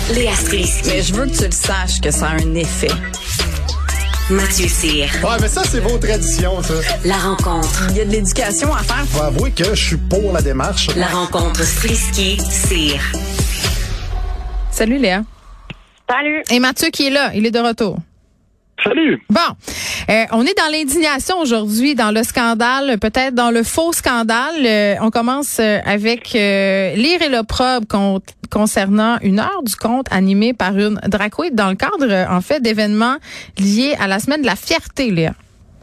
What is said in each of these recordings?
Léa Strisky. Mais je veux que tu le saches que ça a un effet. Mathieu Cyr. Ouais, mais ça, c'est vos traditions, ça. La rencontre. Il y a de l'éducation à faire. Faut avouer que je suis pour la démarche. La rencontre Strisky-Cyr. Salut Léa. Salut. Et Mathieu qui est là, il est de retour. Salut. Bon, on est dans l'indignation aujourd'hui, dans le scandale, peut-être dans le faux scandale. On commence avec l'ire et l'opprobre concernant une heure du conte animée par une drag queen dans le cadre, en fait, d'événements liés à la semaine de la fierté, Léa.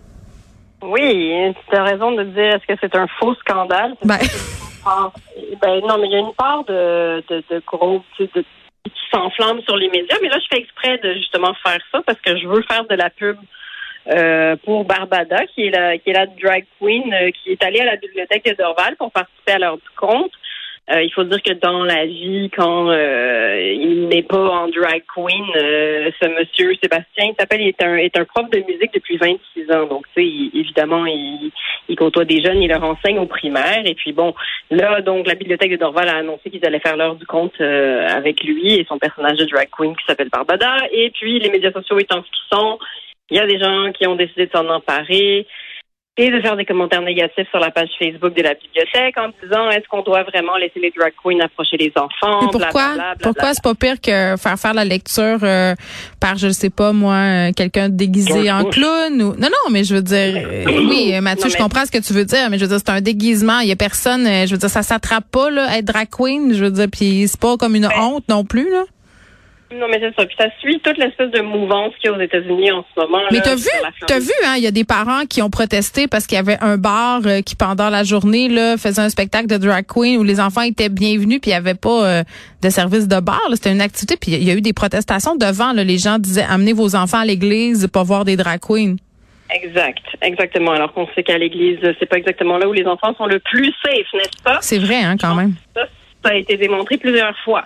Oui, tu as raison de dire, est-ce que c'est un faux scandale? Ben non, mais il y a une part de gros, qui s'enflamme sur les médias, mais là, je fais exprès de justement faire ça parce que je veux faire de la pub pour Barbada, qui est la drag queen qui est allée à la bibliothèque de Dorval pour participer à l'heure du conte. Il faut dire que dans la vie, quand il n'est pas en drag queen, ce monsieur Sébastien, il s'appelle, est un prof de musique depuis 26 ans. Donc, tu sais, évidemment, il côtoie des jeunes, il leur enseigne au primaire. Et puis bon, là, donc, la bibliothèque de Dorval a annoncé qu'ils allaient faire l'heure du conte avec lui et son personnage de drag queen qui s'appelle Barbada. Et puis, les médias sociaux étant ce qu'ils sont, il y a des gens qui ont décidé de s'en emparer et de faire des commentaires négatifs sur la page Facebook de la bibliothèque en disant est-ce qu'on doit vraiment laisser les drag queens approcher les enfants? Mais pourquoi c'est pas pire que faire la lecture par, je sais pas moi, quelqu'un déguisé en clown ou... Non, mais je veux dire, oui, Mathieu, je comprends ce que tu veux dire, mais je veux dire, c'est un déguisement. Il y a personne, je veux dire, ça s'attrape pas, là, être drag queen, je veux dire, puis c'est pas comme une honte non plus, là. Non, mais c'est ça. Puis ça suit toute l'espèce de mouvance qu'il y a aux États-Unis en ce moment. Mais là, t'as vu, hein, il y a des parents qui ont protesté parce qu'il y avait un bar qui, pendant la journée, là, faisait un spectacle de drag queen où les enfants étaient bienvenus puis il y avait pas de service de bar, là. C'était une activité puis il y a eu des protestations devant, là. Les gens disaient, amenez vos enfants à l'église pour voir des drag queens. Exactement. Alors qu'on sait qu'à l'église, c'est pas exactement là où les enfants sont le plus safe, n'est-ce pas? C'est vrai, hein, quand même. Ça a été démontré plusieurs fois.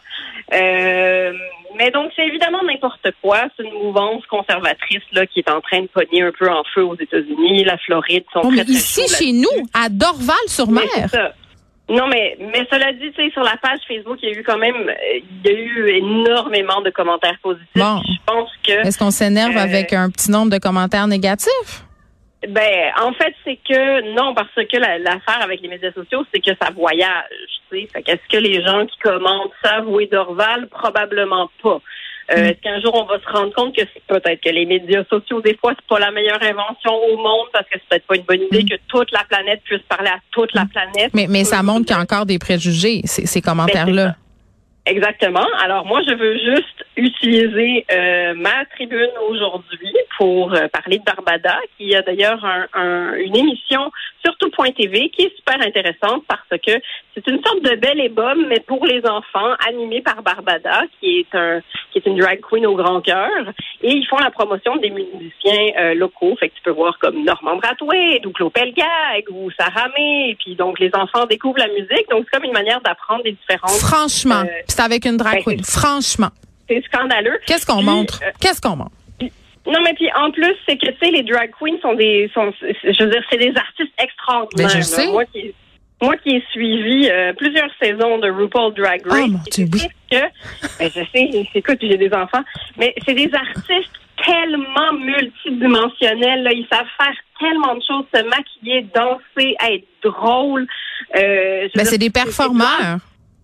Mais donc, c'est évidemment n'importe quoi. C'est une mouvance conservatrice là qui est en train de pogner un peu en feu aux États-Unis. La Floride sont très, très ici, chez nous, à Dorval-sur-Mer. Non, mais cela dit, tu sais, sur la page Facebook, il y a eu énormément de commentaires positifs. Bon. Je pense que... Est-ce qu'on s'énerve avec un petit nombre de commentaires négatifs? Ben, en fait, c'est que non, parce que l'affaire avec les médias sociaux, c'est que ça voyage, tu sais. Fait qu'est-ce que les gens qui commentent savent où est Dorval? Probablement pas. Est-ce qu'un jour on va se rendre compte que c'est peut-être que les médias sociaux, des fois, c'est pas la meilleure invention au monde parce que c'est peut-être pas une bonne idée que toute la planète puisse parler à toute la planète. Mais ça montre qu'il y a encore des préjugés, ces commentaires-là. Exactement. Alors moi, je veux juste utiliser ma tribune aujourd'hui pour parler de Barbada, qui a d'ailleurs une émission sur Tout.tv qui est super intéressante parce que c'est une sorte de Belle et Bomme, mais pour les enfants, animée par Barbada, qui est une drag queen au grand cœur. Et ils font la promotion des musiciens locaux. Fait que tu peux voir comme Normand Brathwaite ou Claude Pelgag ou Sarah May. Et puis donc les enfants découvrent la musique. Donc c'est comme une manière d'apprendre des différences. Franchement. C'est avec une drag queen. Franchement. C'est scandaleux. Qu'est-ce qu'on montre? Qu'est-ce qu'on montre? Non, mais puis en plus, c'est que, tu sais, les drag queens je veux dire, c'est des artistes extraordinaires. Ben, je sais. Moi qui ai suivi plusieurs saisons de RuPaul Drag Race. Oh, mon Dieu, oui. Je sais, écoute, j'ai des enfants, mais c'est des artistes tellement multidimensionnels, là. Ils savent faire tellement de choses, se maquiller, danser, être drôle. C'est des performeurs.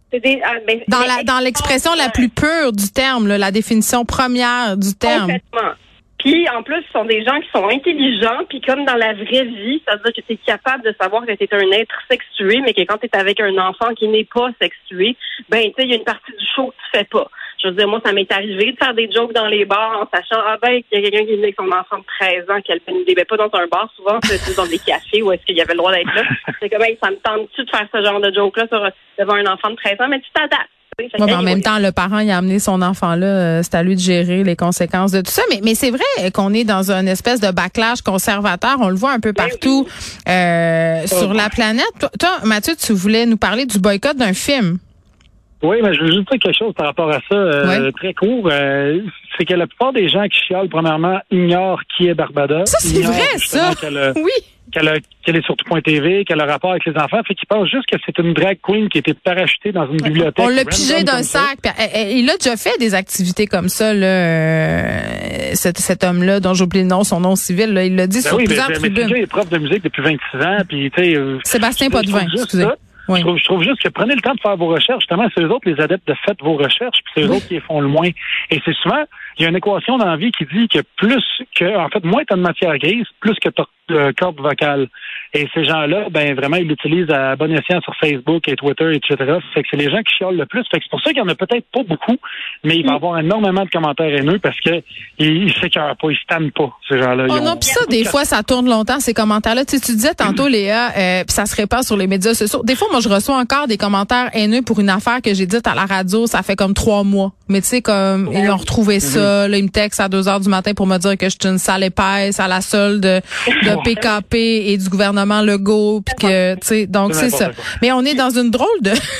Dans l'expression la plus pure du terme, là, la définition première du terme. Complètement. Puis, en plus, ce sont des gens qui sont intelligents, puis comme dans la vraie vie, c'est-à-dire que tu es capable de savoir que tu es un être sexué, mais que quand tu es avec un enfant qui n'est pas sexué, ben, tu sais, il y a une partie du show que tu fais pas. Je veux dire, moi, ça m'est arrivé de faire des jokes dans les bars en sachant, qu'il y a quelqu'un qui est venu avec son enfant de 13 ans, qu'elle ne pas dans un bar, souvent, c'est dans des cafés où est-ce qu'il y avait le droit d'être là. C'est comme, ça me tente-tu de faire ce genre de joke-là devant un enfant de 13 ans, mais tu t'adaptes. Ouais, en même temps, le parent, il a amené son enfant là, c'est à lui de gérer les conséquences de tout ça. Mais c'est vrai qu'on est dans une espèce de backlash conservateur. On le voit un peu partout sur la planète. Toi, Mathieu, tu voulais nous parler du boycott d'un film. Oui, mais je veux juste dire quelque chose par rapport à ça, très court. C'est que la plupart des gens qui chialent, premièrement, ignorent qui est Barbada. Ça, c'est vrai, ça. Oui. Qu'elle est sur tout.tv, qu'elle a rapport avec les enfants, fait qu'ils pensent juste que c'est une drag queen qui a été parachutée dans une bibliothèque. On l'a pigé d'un sac. Il a déjà fait des activités comme ça, là, cet homme-là, dont j'oublie le nom, son nom civil, là, il l'a dit sur plusieurs tribunes. Mais il est prof de musique depuis 26 ans, puis tu sais... Sébastien Potvin, excusez. Oui. Je trouve juste que prenez le temps de faire vos recherches. Justement, c'est eux autres, les adeptes de faites vos recherches, puis c'est eux autres qui les font le moins. Et c'est souvent, il y a une équation dans la vie qui dit que moins t'as de matière grise, plus que t'as de cordes vocales. Et ces gens-là, ben vraiment, ils l'utilisent à bon escient sur Facebook et Twitter, etc. Fait que c'est les gens qui chiolent le plus. Fait que c'est pour ça qu'il y en a peut-être pas beaucoup, mais il va y avoir énormément de commentaires haineux parce que ils s'écœurent pas, ils se tannent pas, ces gens-là. Oh non, puis ça, des fois, ça tourne longtemps, ces commentaires-là. Tu disais tantôt, Léa, puis ça se répand sur les médias sociaux. Des fois, moi, je reçois encore des commentaires haineux pour une affaire que j'ai dite à la radio, ça fait comme 3 mois. Mais tu sais, comme, ils ont retrouvé ça, là, ils me textent à 2h du matin pour me dire que je suis une sale épaisse à la solde de PKP et du gouvernement Legault, puis que, tu sais, donc c'est ça. Mais on est dans une drôle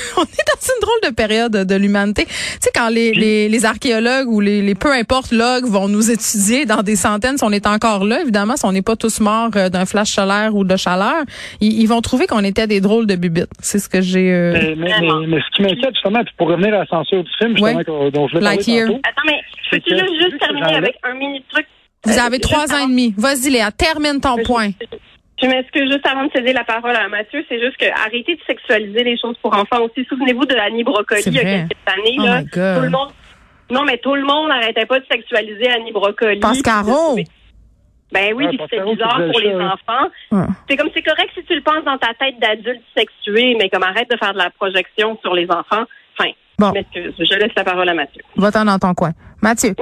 de période de l'humanité. Tu sais, quand les archéologues ou les peu importe logs vont nous étudier dans des centaines, si on est encore là, évidemment, si on n'est pas tous morts d'un flash solaire ou de chaleur, ils vont trouver qu'on était des drôles de bibites. C'est ce que j'ai... Mais ce qui m'inquiète, justement, puis pour revenir à la censure du film, justement, dont je voulais parler tantôt... Attends, mais peux-tu juste terminer avec un mini-truc? Vous avez 3 ans et demi. Vas-y, Léa, termine ton point. Je m'excuse juste avant de céder la parole à Mathieu, c'est juste que arrêtez de sexualiser les choses pour enfants aussi. Souvenez-vous de Annie Brocoli il y a quelques années. Oh là, tout le monde... Non, mais tout le monde n'arrêtait pas de sexualiser Annie Brocoli. Pascaro. Ben oui, puis c'était bizarre pour les enfants. C'est comme, c'est correct si tu le penses dans ta tête d'adulte sexué, mais comme arrête de faire de la projection sur les enfants. Enfin, je m'excuse. Je laisse la parole à Mathieu. Va-t'en dans ton coin. Mathieu.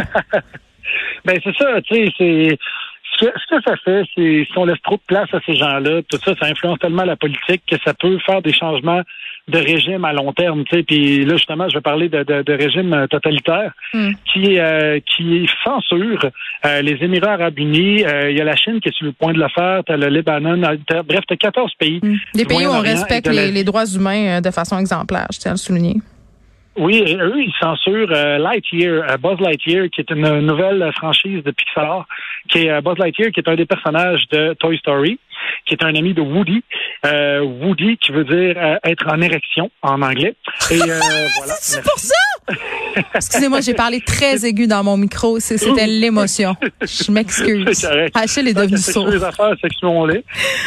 Ben c'est ça, tu sais, ce que ça fait, c'est si on laisse trop de place à ces gens-là, tout ça, ça influence tellement la politique que ça peut faire des changements de régime à long terme, tu sais. Puis là, justement, je vais parler de régime totalitaire qui censure les Émirats arabes unis. Il y a la Chine qui est sur le point de le faire. T'as le Libanon. Bref, t'as 14 pays. Des pays où on respecte les droits humains de façon exemplaire, je tiens à le souligner. Oui, et eux, ils censurent Lightyear, Buzz Lightyear, qui est une nouvelle franchise de Pixar, qui est Buzz Lightyear, qui est un des personnages de Toy Story, qui est un ami de Woody. Woody, qui veut dire être en érection, en anglais. Et voilà. C'est pour ça? Excusez-moi, j'ai parlé très aigu dans mon micro. C'était l'émotion. Je m'excuse. Achille est devenu sourd. Les affaires, sexuons-les.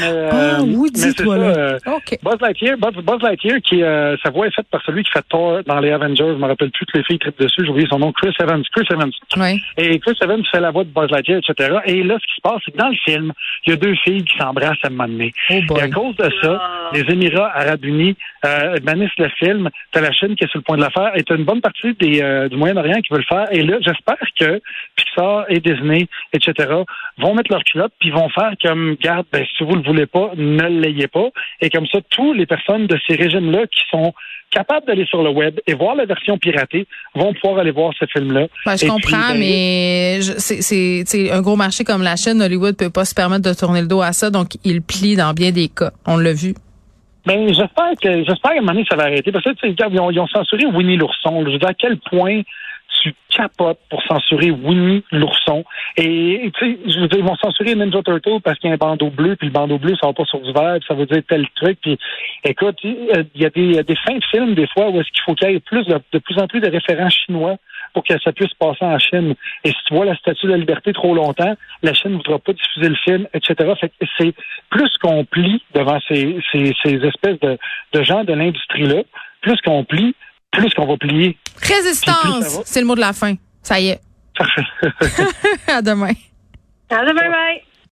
Woody, toi, là. OK. Buzz Lightyear, qui sa voix est faite par celui qui fait Thor dans les Avengers. Je me rappelle plus que les filles trippent dessus. J'ai oublié son nom. Chris Evans. Oui. Et Chris Evans fait la voix de Buzz Lightyear, etc. Et là, ce qui se passe, c'est que dans le film, il y a 2 filles qui s'embrassent à un moment donné. Et à cause de ça, les Émirats arabes unis bannissent le film. T'as la Chine qui est sur le point de la faire. Et t'as une bonne partie du Moyen-Orient qui veut le faire. Et là, j'espère que Pixar et Disney, etc., vont mettre leur culotte puis vont faire comme, garde, si vous le voulez pas, ne l'ayez pas. Et comme ça, toutes les personnes de ces régimes-là qui sont capables d'aller sur le web et voir la version piratée vont pouvoir aller voir ce film-là. Je comprends, mais c'est un gros marché comme la Chine. Hollywood peut pas se permettre de tourner le dos à ça, donc il plie dans bien des cas. On l'a vu. Ben, j'espère qu'à un moment donné, ça va arrêter. Parce que, ils ont censuré Winnie l'ourson. Je veux dire, à quel point tu capotes pour censurer Winnie l'ourson. Et, tu sais, je veux dire, ils vont censurer Ninja Turtle parce qu'il y a un bandeau bleu, puis le bandeau bleu, ça va pas sur du vert, puis ça veut dire tel truc. Puis, écoute, il y a des fins de films, des fois, où est-ce qu'il faut qu'il y ait de plus en plus de références chinois pour que ça puisse passer en Chine. Et si tu vois la Statue de la Liberté trop longtemps, la Chine ne voudra pas diffuser le film, etc. Fait que c'est plus qu'on plie devant ces espèces de gens de l'industrie-là, plus qu'on plie, plus qu'on va plier. Résistance, c'est le mot de la fin. Ça y est. Parfait. À demain. À demain, bye.